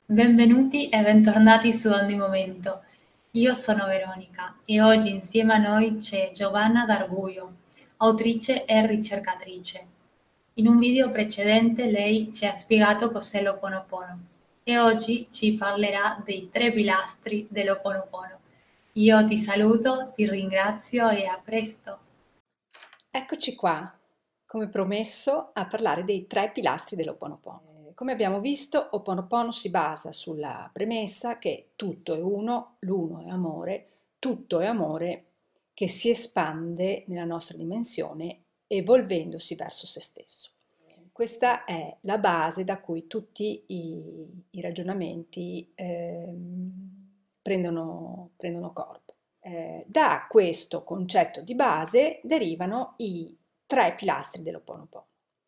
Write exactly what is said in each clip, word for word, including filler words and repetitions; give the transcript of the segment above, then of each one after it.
Benvenuti e bentornati su Ogni Momento. Io sono Veronica e oggi insieme a noi c'è Giovanna Garbuio, autrice e ricercatrice. In un video precedente lei ci ha spiegato cos'è l'Ho'oponopono e oggi ci parlerà dei tre pilastri dell'Ho'oponopono. Io ti saluto, ti ringrazio e a presto. Eccoci qua, come promesso, a parlare dei tre pilastri dell'Ho'oponopono. Eh, Come abbiamo visto, Ho'oponopono si basa sulla premessa che tutto è uno, l'uno è amore, tutto è amore che si espande nella nostra dimensione evolvendosi verso se stesso. Questa è la base da cui tutti i, i ragionamenti ehm, prendono, prendono corpo. Eh, da questo concetto di base derivano i tre pilastri dell'Ho'oponopono.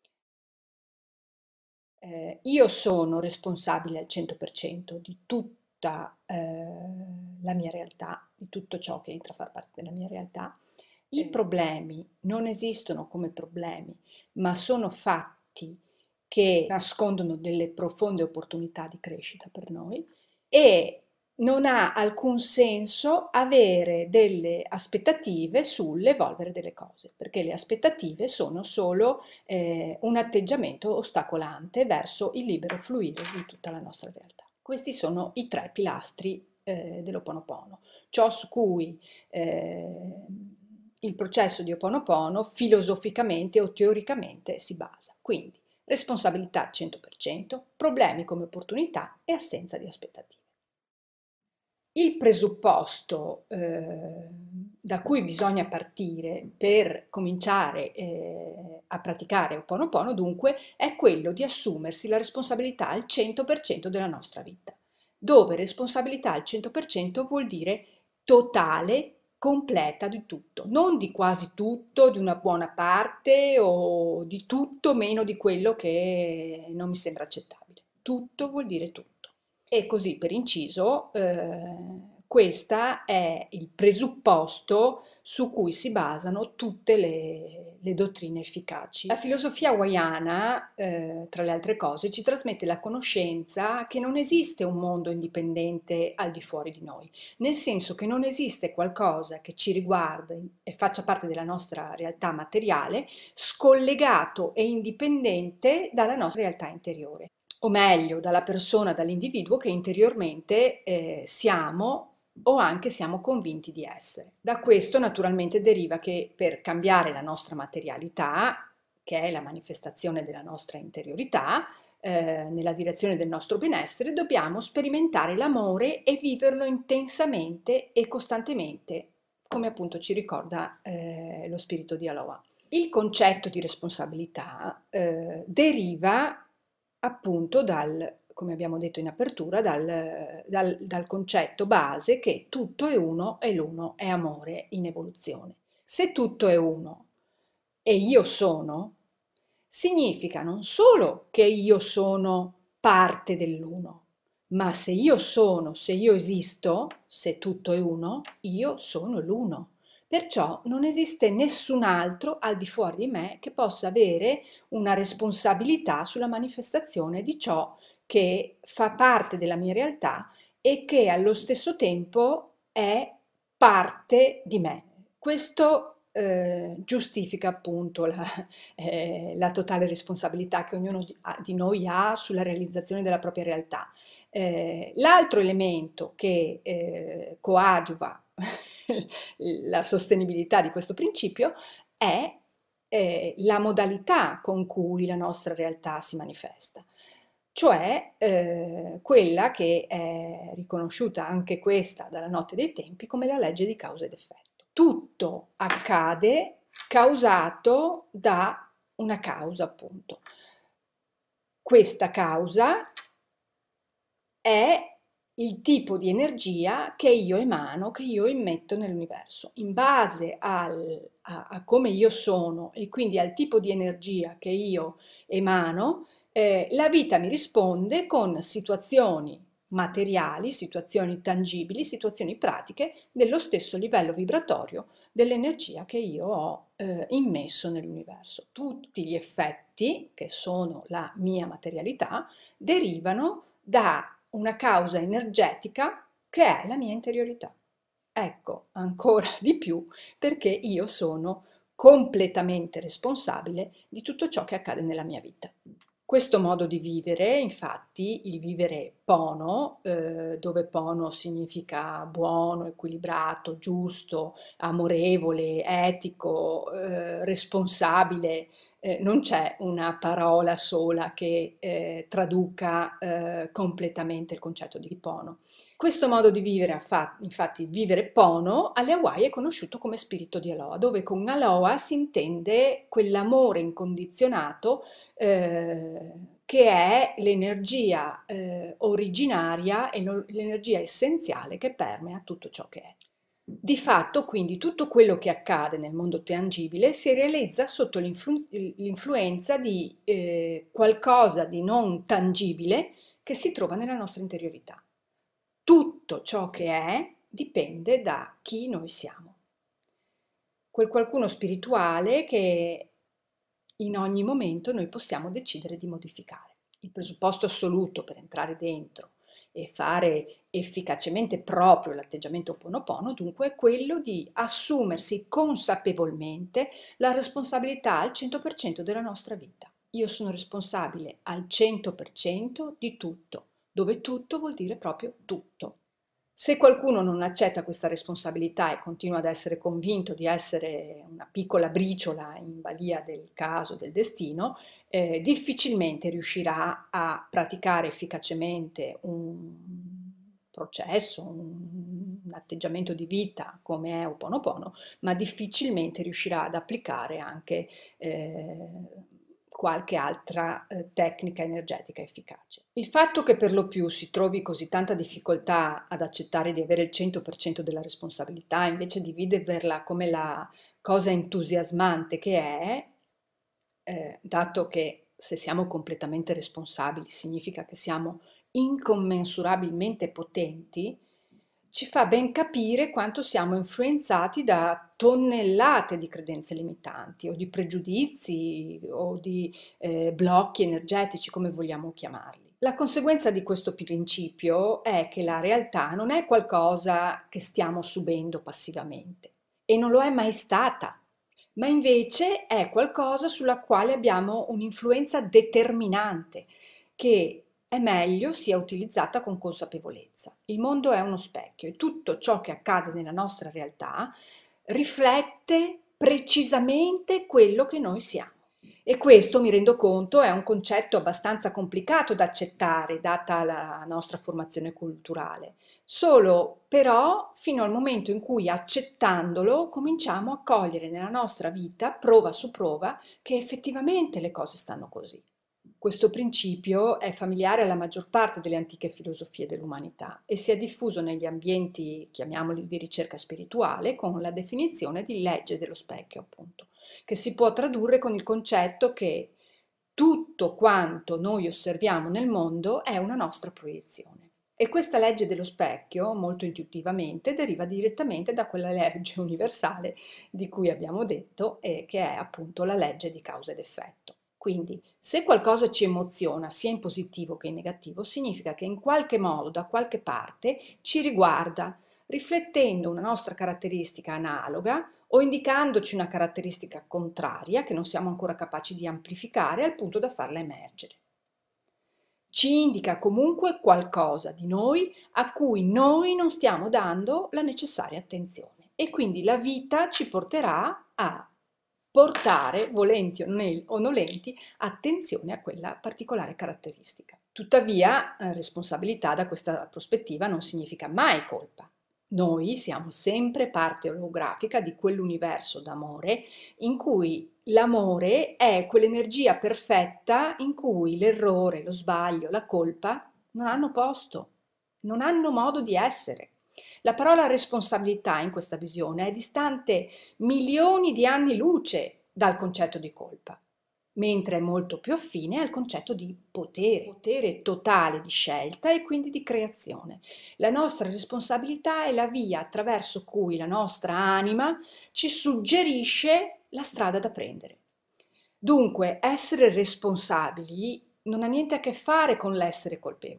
Eh, io sono responsabile al cento per cento di tutta eh, la mia realtà, di tutto ciò che entra a far parte della mia realtà. I Eh, problemi non esistono come problemi, ma sono fatti che nascondono delle profonde opportunità di crescita per noi e non ha alcun senso avere delle aspettative sull'evolvere delle cose, perché le aspettative sono solo eh, un atteggiamento ostacolante verso il libero fluire di tutta la nostra realtà. Questi sono i tre pilastri eh, dell'Ho'oponopono, ciò su cui eh, il processo di Ho'oponopono filosoficamente o teoricamente si basa. Quindi responsabilità al cento per cento, problemi come opportunità e assenza di aspettative. Il presupposto eh, da cui bisogna partire per cominciare eh, a praticare Ho'oponopono, dunque, è quello di assumersi la responsabilità al cento per cento della nostra vita, dove responsabilità al cento per cento vuol dire totale, completa di tutto, non di quasi tutto, di una buona parte o di tutto meno di quello che non mi sembra accettabile. Tutto vuol dire tutto. E così per inciso, eh, questo è il presupposto su cui si basano tutte le, le dottrine efficaci. La filosofia hawaiana, eh, tra le altre cose, ci trasmette la conoscenza che non esiste un mondo indipendente al di fuori di noi, nel senso che non esiste qualcosa che ci riguarda e faccia parte della nostra realtà materiale, scollegato e indipendente dalla nostra realtà interiore, o meglio, dalla persona, dall'individuo che interiormente eh, siamo o anche siamo convinti di essere. Da questo naturalmente deriva che per cambiare la nostra materialità, che è la manifestazione della nostra interiorità, eh, nella direzione del nostro benessere, dobbiamo sperimentare l'amore e viverlo intensamente e costantemente, come appunto ci ricorda eh, lo spirito di Aloha. Il concetto di responsabilità eh, deriva appunto dal, come abbiamo detto in apertura, dal, dal, dal concetto base che tutto è uno e l'uno è amore in evoluzione. Se tutto è uno e io sono, significa non solo che io sono parte dell'uno, ma se io sono, se io esisto, se tutto è uno, io sono l'uno. Perciò non esiste nessun altro al di fuori di me che possa avere una responsabilità sulla manifestazione di ciò che fa parte della mia realtà e che allo stesso tempo è parte di me. Questo eh, giustifica appunto la, eh, la totale responsabilità che ognuno di, di noi ha sulla realizzazione della propria realtà. Eh, l'altro elemento che eh, coadiuva la sostenibilità di questo principio è eh, la modalità con cui la nostra realtà si manifesta, cioè eh, quella che è riconosciuta anche questa dalla notte dei tempi come la legge di causa ed effetto. Tutto accade causato da una causa, appunto. Questa causa è il tipo di energia che io emano, che io immetto nell'universo. In base al, a, a come io sono e quindi al tipo di energia che io emano, eh, la vita mi risponde con situazioni materiali, situazioni tangibili, situazioni pratiche dello stesso livello vibratorio dell'energia che io ho eh, immesso nell'universo. Tutti gli effetti, che sono la mia materialità, derivano da una causa energetica che è la mia interiorità. Ecco, ancora di più, perché io sono completamente responsabile di tutto ciò che accade nella mia vita. Questo modo di vivere, infatti, il vivere Pono, eh, dove Pono significa buono, equilibrato, giusto, amorevole, etico, eh, responsabile, eh, non c'è una parola sola che eh, traduca eh, completamente il concetto di Pono. Questo modo di vivere, infatti, vivere Pono, alle Hawaii è conosciuto come spirito di Aloha, dove con Aloha si intende quell'amore incondizionato eh, che è l'energia eh, originaria e lo- l'energia essenziale che permea tutto ciò che è. Di fatto, quindi, tutto quello che accade nel mondo tangibile si realizza sotto l'influ- l'influenza di eh, qualcosa di non tangibile che si trova nella nostra interiorità. Tutto ciò che è dipende da chi noi siamo. Quel qualcuno spirituale che in ogni momento noi possiamo decidere di modificare. Il presupposto assoluto per entrare dentro e fare efficacemente proprio l'atteggiamento Ho'oponopono, dunque, è quello di assumersi consapevolmente la responsabilità al cento per cento della nostra vita. Io sono responsabile al cento per cento di tutto, dove tutto vuol dire proprio tutto. Se qualcuno non accetta questa responsabilità e continua ad essere convinto di essere una piccola briciola in balia del caso, del destino, eh, difficilmente riuscirà a praticare efficacemente un processo, un, un atteggiamento di vita come è Ho'oponopono, ma difficilmente riuscirà ad applicare anche eh, qualche altra eh, tecnica energetica efficace. Il fatto che per lo più si trovi così tanta difficoltà ad accettare di avere il cento per cento della responsabilità, invece di viverla come la cosa entusiasmante che è, eh, dato che se siamo completamente responsabili significa che siamo incommensurabilmente potenti, ci fa ben capire quanto siamo influenzati da tonnellate di credenze limitanti o di pregiudizi o di eh, blocchi energetici, come vogliamo chiamarli. La conseguenza di questo principio è che la realtà non è qualcosa che stiamo subendo passivamente e non lo è mai stata, ma invece è qualcosa sulla quale abbiamo un'influenza determinante che è meglio sia utilizzata con consapevolezza. Il mondo è uno specchio e tutto ciò che accade nella nostra realtà riflette precisamente quello che noi siamo. E questo, mi rendo conto, è un concetto abbastanza complicato da accettare, data la nostra formazione culturale. Solo però fino al momento in cui, accettandolo, cominciamo a cogliere nella nostra vita, prova su prova, che effettivamente le cose stanno così. Questo principio è familiare alla maggior parte delle antiche filosofie dell'umanità e si è diffuso negli ambienti, chiamiamoli di ricerca spirituale, con la definizione di legge dello specchio, appunto, che si può tradurre con il concetto che tutto quanto noi osserviamo nel mondo è una nostra proiezione. E questa legge dello specchio, molto intuitivamente, deriva direttamente da quella legge universale di cui abbiamo detto, e che è appunto la legge di causa ed effetto. Quindi, se qualcosa ci emoziona, sia in positivo che in negativo, significa che in qualche modo, da qualche parte, ci riguarda, riflettendo una nostra caratteristica analoga o indicandoci una caratteristica contraria che non siamo ancora capaci di amplificare al punto da farla emergere. Ci indica comunque qualcosa di noi a cui noi non stiamo dando la necessaria attenzione e quindi la vita ci porterà a portare, volenti o nolenti, attenzione a quella particolare caratteristica. Tuttavia, eh, responsabilità da questa prospettiva non significa mai colpa. Noi siamo sempre parte olografica di quell'universo d'amore in cui l'amore è quell'energia perfetta in cui l'errore, lo sbaglio, la colpa non hanno posto, non hanno modo di essere. La parola responsabilità in questa visione è distante milioni di anni luce dal concetto di colpa, mentre è molto più affine al concetto di potere, potere totale di scelta e quindi di creazione. La nostra responsabilità è la via attraverso cui la nostra anima ci suggerisce la strada da prendere. Dunque, essere responsabili non ha niente a che fare con l'essere colpevoli.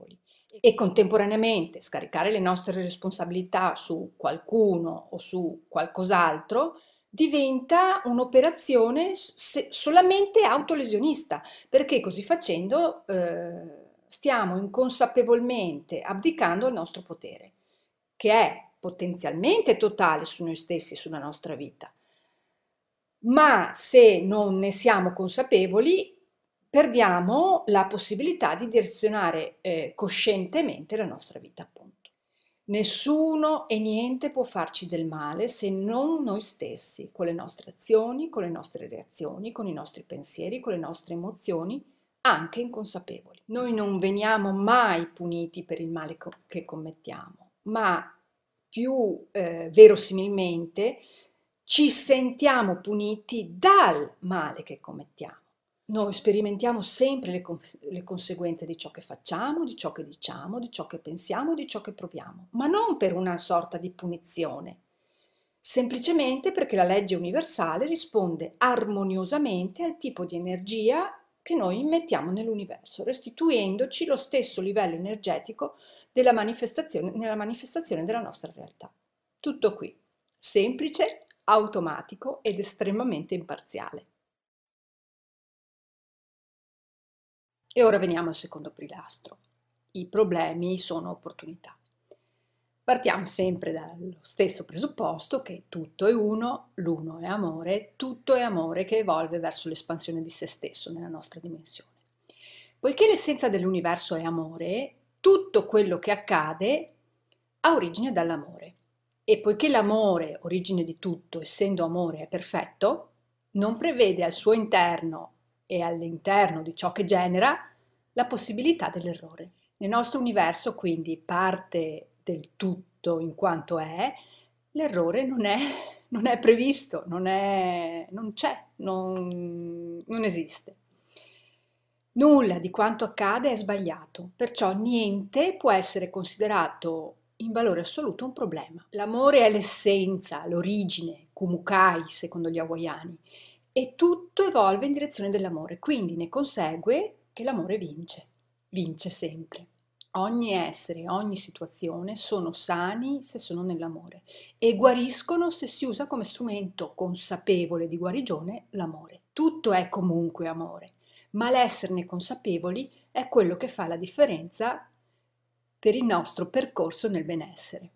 e contemporaneamente scaricare le nostre responsabilità su qualcuno o su qualcos'altro diventa un'operazione solamente autolesionista, perché così facendo eh, stiamo inconsapevolmente abdicando al nostro potere, che è potenzialmente totale su noi stessi e sulla nostra vita. Ma se non ne siamo consapevoli, perdiamo la possibilità di direzionare eh, coscientemente la nostra vita, appunto. Nessuno e niente può farci del male se non noi stessi, con le nostre azioni, con le nostre reazioni, con i nostri pensieri, con le nostre emozioni, anche inconsapevoli. Noi non veniamo mai puniti per il male co- che commettiamo, ma più eh, verosimilmente ci sentiamo puniti dal male che commettiamo. Noi sperimentiamo sempre le, cons- le conseguenze di ciò che facciamo, di ciò che diciamo, di ciò che pensiamo, di ciò che proviamo, ma non per una sorta di punizione, semplicemente perché la legge universale risponde armoniosamente al tipo di energia che noi immettiamo nell'universo, restituendoci lo stesso livello energetico della manifestazione, nella manifestazione della nostra realtà. Tutto qui, semplice, automatico ed estremamente imparziale. E ora veniamo al secondo pilastro. I problemi sono opportunità. Partiamo sempre dallo stesso presupposto che tutto è uno, l'uno è amore, tutto è amore che evolve verso l'espansione di se stesso nella nostra dimensione. Poiché l'essenza dell'universo è amore, tutto quello che accade ha origine dall'amore. E poiché l'amore, origine di tutto, essendo amore, è perfetto, non prevede al suo interno e all'interno di ciò che genera la possibilità dell'errore. Nel nostro universo, quindi, parte del tutto in quanto è, l'errore non è, non è previsto, non, è, non c'è, non, non esiste. Nulla di quanto accade è sbagliato, perciò niente può essere considerato in valore assoluto un problema. L'amore è l'essenza, l'origine, kumukai secondo gli hawaiani, e tutto evolve in direzione dell'amore, quindi ne consegue che l'amore vince, vince sempre. Ogni essere, ogni situazione sono sani se sono nell'amore e guariscono se si usa come strumento consapevole di guarigione l'amore. Tutto è comunque amore, ma l'esserne consapevoli è quello che fa la differenza per il nostro percorso nel benessere.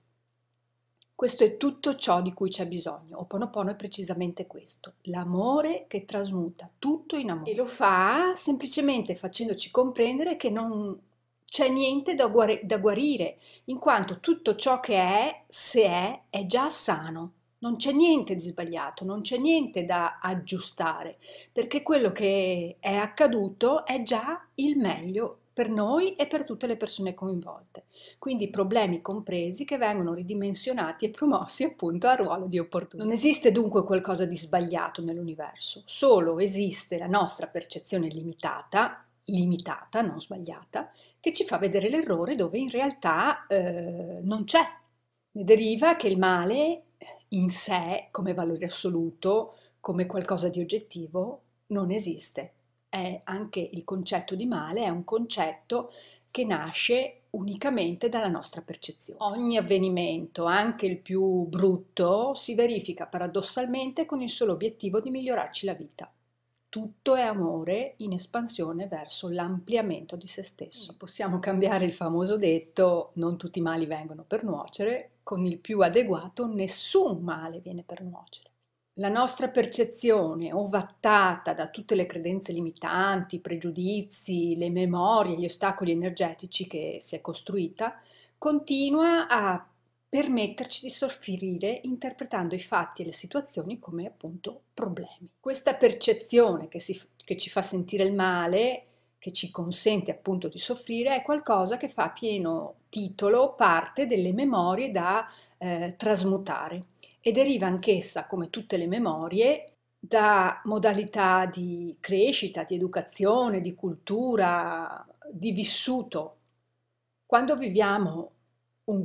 Questo è tutto ciò di cui c'è bisogno. Ho'oponopono è precisamente questo, l'amore che trasmuta tutto in amore. E lo fa semplicemente facendoci comprendere che non c'è niente da, guari- da guarire, in quanto tutto ciò che è, se è, è già sano. Non c'è niente di sbagliato, non c'è niente da aggiustare, perché quello che è accaduto è già il meglio per noi e per tutte le persone coinvolte. Quindi problemi compresi che vengono ridimensionati e promossi appunto al ruolo di opportunità. Non esiste dunque qualcosa di sbagliato nell'universo, solo esiste la nostra percezione limitata, limitata, non sbagliata, che ci fa vedere l'errore dove in realtà eh, non c'è. Ne deriva che il male in sé, come valore assoluto, come qualcosa di oggettivo, non esiste. È anche il concetto di male è un concetto che nasce unicamente dalla nostra percezione. Ogni avvenimento, anche il più brutto, si verifica paradossalmente con il solo obiettivo di migliorarci la vita. Tutto è amore in espansione verso l'ampliamento di se stesso. Possiamo cambiare il famoso detto non tutti i mali vengono per nuocere, con il più adeguato nessun male viene per nuocere. La nostra percezione, ovattata da tutte le credenze limitanti, i pregiudizi, le memorie, gli ostacoli energetici che si è costruita, continua a permetterci di soffrire interpretando i fatti e le situazioni come appunto problemi. Questa percezione che, si, che ci fa sentire il male, che ci consente appunto di soffrire, è qualcosa che fa a pieno titolo parte delle memorie da eh, trasmutare e deriva anch'essa, come tutte le memorie, da modalità di crescita, di educazione, di cultura, di vissuto. Quando viviamo un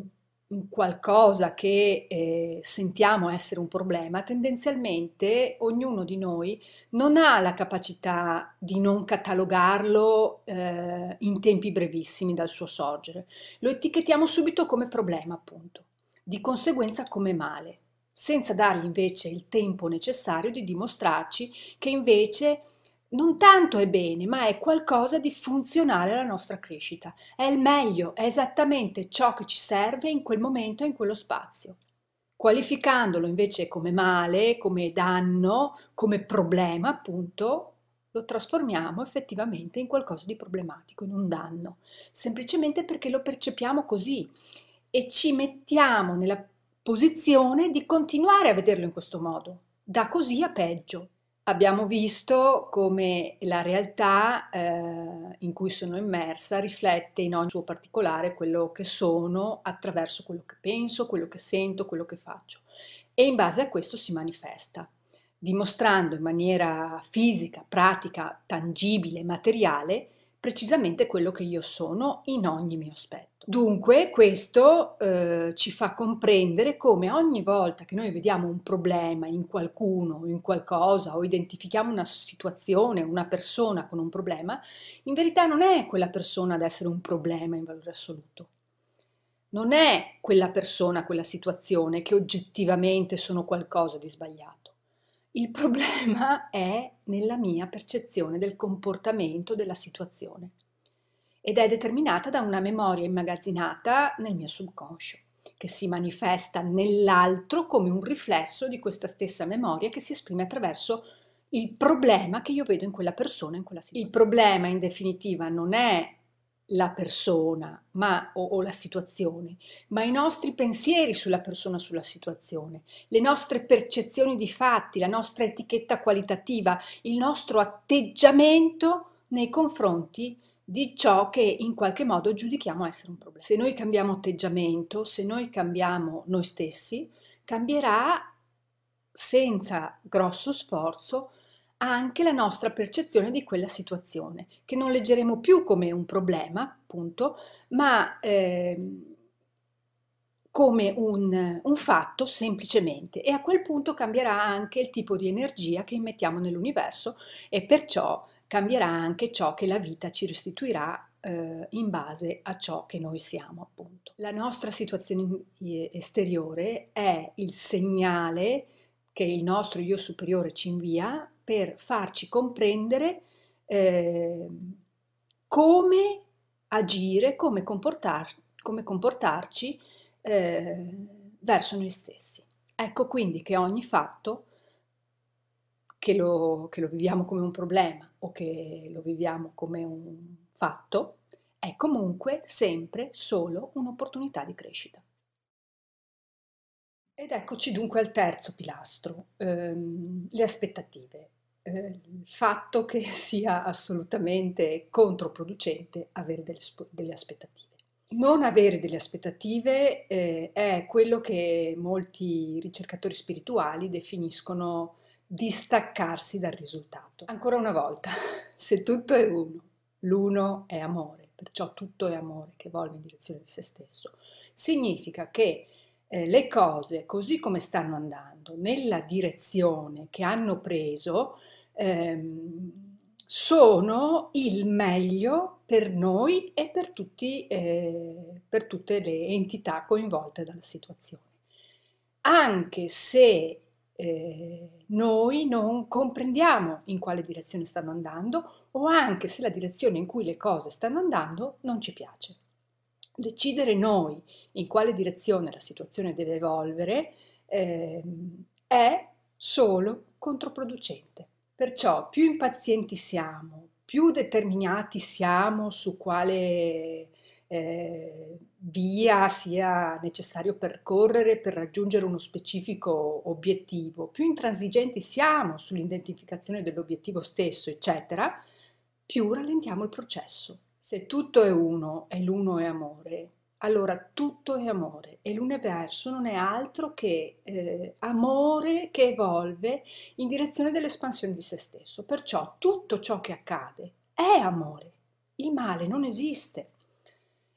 un qualcosa che eh, sentiamo essere un problema, tendenzialmente ognuno di noi non ha la capacità di non catalogarlo eh, in tempi brevissimi dal suo sorgere. Lo etichettiamo subito come problema, appunto, di conseguenza come male, senza dargli invece il tempo necessario di dimostrarci che invece non tanto è bene, ma è qualcosa di funzionale alla nostra crescita. È il meglio, è esattamente ciò che ci serve in quel momento e in quello spazio. Qualificandolo invece come male, come danno, come problema, appunto, lo trasformiamo effettivamente in qualcosa di problematico, in un danno, semplicemente perché lo percepiamo così e ci mettiamo nella posizione di continuare a vederlo in questo modo, da così a peggio. Abbiamo visto come la realtà eh, in cui sono immersa riflette in ogni suo particolare quello che sono attraverso quello che penso, quello che sento, quello che faccio. E in base a questo si manifesta, dimostrando in maniera fisica, pratica, tangibile, materiale, precisamente quello che io sono in ogni mio aspetto. Dunque questo eh, ci fa comprendere come ogni volta che noi vediamo un problema in qualcuno, in qualcosa o identifichiamo una situazione, una persona con un problema, in verità non è quella persona ad essere un problema in valore assoluto. Non è quella persona, quella situazione che oggettivamente sono qualcosa di sbagliato. Il problema è nella mia percezione del comportamento della situazione ed è determinata da una memoria immagazzinata nel mio subconscio, che si manifesta nell'altro come un riflesso di questa stessa memoria che si esprime attraverso il problema che io vedo in quella persona, in quella situazione. Il problema in definitiva non è la persona ma, o, o la situazione, ma i nostri pensieri sulla persona, sulla situazione, le nostre percezioni di fatti, la nostra etichetta qualitativa, il nostro atteggiamento nei confronti di ciò che in qualche modo giudichiamo essere un problema. Se noi cambiamo atteggiamento, se noi cambiamo noi stessi, cambierà senza grosso sforzo anche la nostra percezione di quella situazione, che non leggeremo più come un problema, appunto, ma eh, come un, un fatto semplicemente. E a quel punto cambierà anche il tipo di energia che immettiamo nell'universo e perciò cambierà anche ciò che la vita ci restituirà eh, in base a ciò che noi siamo, appunto. La nostra situazione esteriore è il segnale che il nostro io superiore ci invia per farci comprendere eh, come agire, come, comportar, come comportarci eh, verso noi stessi. Ecco quindi che ogni fatto, che lo, che lo viviamo come un problema o che lo viviamo come un fatto, è comunque sempre solo un'opportunità di crescita. Ed eccoci dunque al terzo pilastro, ehm, le aspettative. Eh, il fatto che sia assolutamente controproducente avere delle, delle aspettative. Non avere delle aspettative eh, è quello che molti ricercatori spirituali definiscono distaccarsi dal risultato. Ancora una volta, se tutto è uno, l'uno è amore, perciò tutto è amore che evolve in direzione di se stesso, significa che eh, le cose così come stanno andando, nella direzione che hanno preso, ehm, sono il meglio per noi e per, tutti, eh, per tutte le entità coinvolte dalla situazione. Anche se eh, noi non comprendiamo in quale direzione stanno andando o anche se la direzione in cui le cose stanno andando non ci piace. Decidere noi in quale direzione la situazione deve evolvere eh, è solo controproducente. Perciò più impazienti siamo, più determinati siamo su quale eh, via sia necessario percorrere per raggiungere uno specifico obiettivo, più intransigenti siamo sull'identificazione dell'obiettivo stesso, eccetera, più rallentiamo il processo. Se tutto è uno e l'uno è amore, allora tutto è amore e l'universo non è altro che eh, amore che evolve in direzione dell'espansione di se stesso. Perciò tutto ciò che accade è amore. Il male non esiste.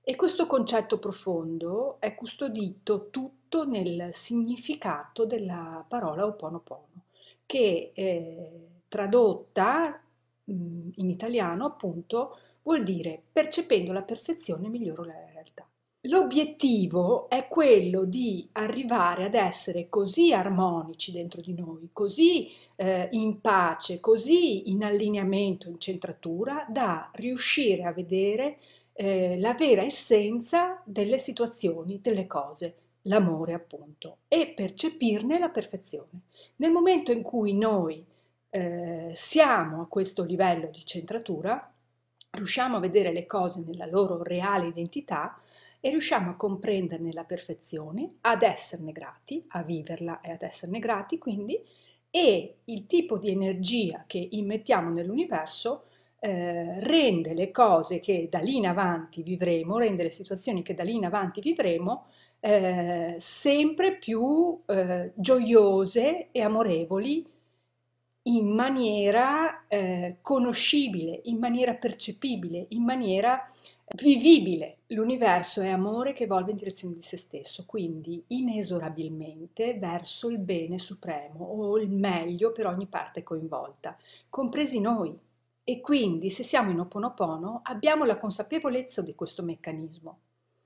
E questo concetto profondo è custodito tutto nel significato della parola Ho'oponopono, che eh, tradotta mh, in italiano appunto vuol dire percependo la perfezione miglioro la realtà. L'obiettivo è quello di arrivare ad essere così armonici dentro di noi, così eh, in pace, così in allineamento, in centratura, da riuscire a vedere eh, la vera essenza delle situazioni, delle cose, l'amore appunto, e percepirne la perfezione. Nel momento in cui noi eh, siamo a questo livello di centratura, riusciamo a vedere le cose nella loro reale identità e riusciamo a comprenderne la perfezione, ad esserne grati, a viverla e ad esserne grati quindi, e il tipo di energia che immettiamo nell'universo eh, rende le cose che da lì in avanti vivremo, rende le situazioni che da lì in avanti vivremo eh, sempre più eh, gioiose e amorevoli in maniera eh, conoscibile, in maniera percepibile, in maniera vivibile. L'universo è amore che evolve in direzione di se stesso, quindi inesorabilmente verso il bene supremo o il meglio per ogni parte coinvolta, compresi noi. E quindi se siamo in Ho'oponopono abbiamo la consapevolezza di questo meccanismo,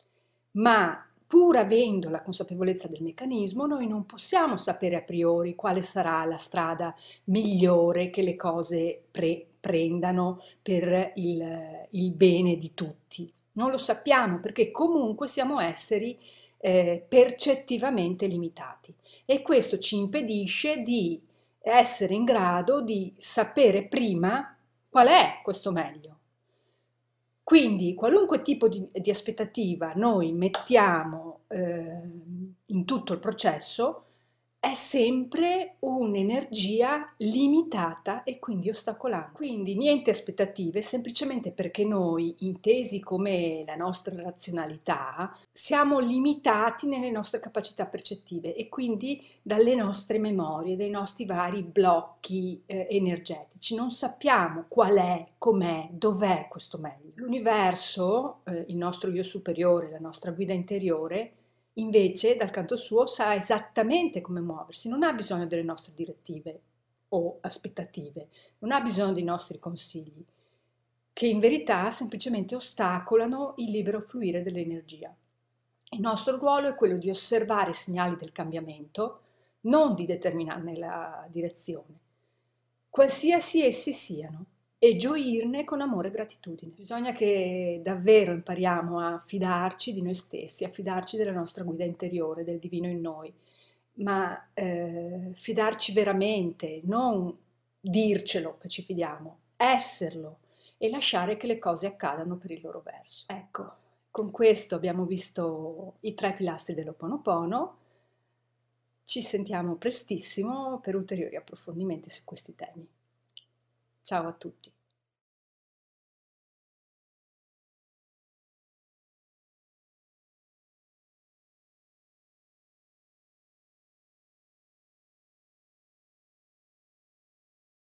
ma pur avendo la consapevolezza del meccanismo, noi non possiamo sapere a priori quale sarà la strada migliore che le cose pre- prendano per il, il bene di tutti. Non lo sappiamo perché comunque siamo esseri eh, percettivamente limitati e questo ci impedisce di essere in grado di sapere prima qual è questo meglio. Quindi qualunque tipo di, di aspettativa noi mettiamo eh, in tutto il processo è sempre un'energia limitata e quindi ostacolante. Quindi niente aspettative, semplicemente perché noi, intesi come la nostra razionalità, siamo limitati nelle nostre capacità percettive e quindi dalle nostre memorie, dai nostri vari blocchi eh, energetici. Non sappiamo qual è, com'è, dov'è questo meglio. L'universo, eh, il nostro io superiore, la nostra guida interiore, invece, dal canto suo, sa esattamente come muoversi, non ha bisogno delle nostre direttive o aspettative, non ha bisogno dei nostri consigli, che in verità semplicemente ostacolano il libero fluire dell'energia. Il nostro ruolo è quello di osservare i segnali del cambiamento, non di determinarne la direzione, qualsiasi essi siano, e gioirne con amore e gratitudine. Bisogna che davvero impariamo a fidarci di noi stessi, a fidarci della nostra guida interiore, del divino in noi, ma eh, fidarci veramente, non dircelo che ci fidiamo, esserlo e lasciare che le cose accadano per il loro verso. Ecco, con questo abbiamo visto i tre pilastri dell'Ho'oponopono. Ci sentiamo prestissimo per ulteriori approfondimenti su questi temi. Ciao a tutti.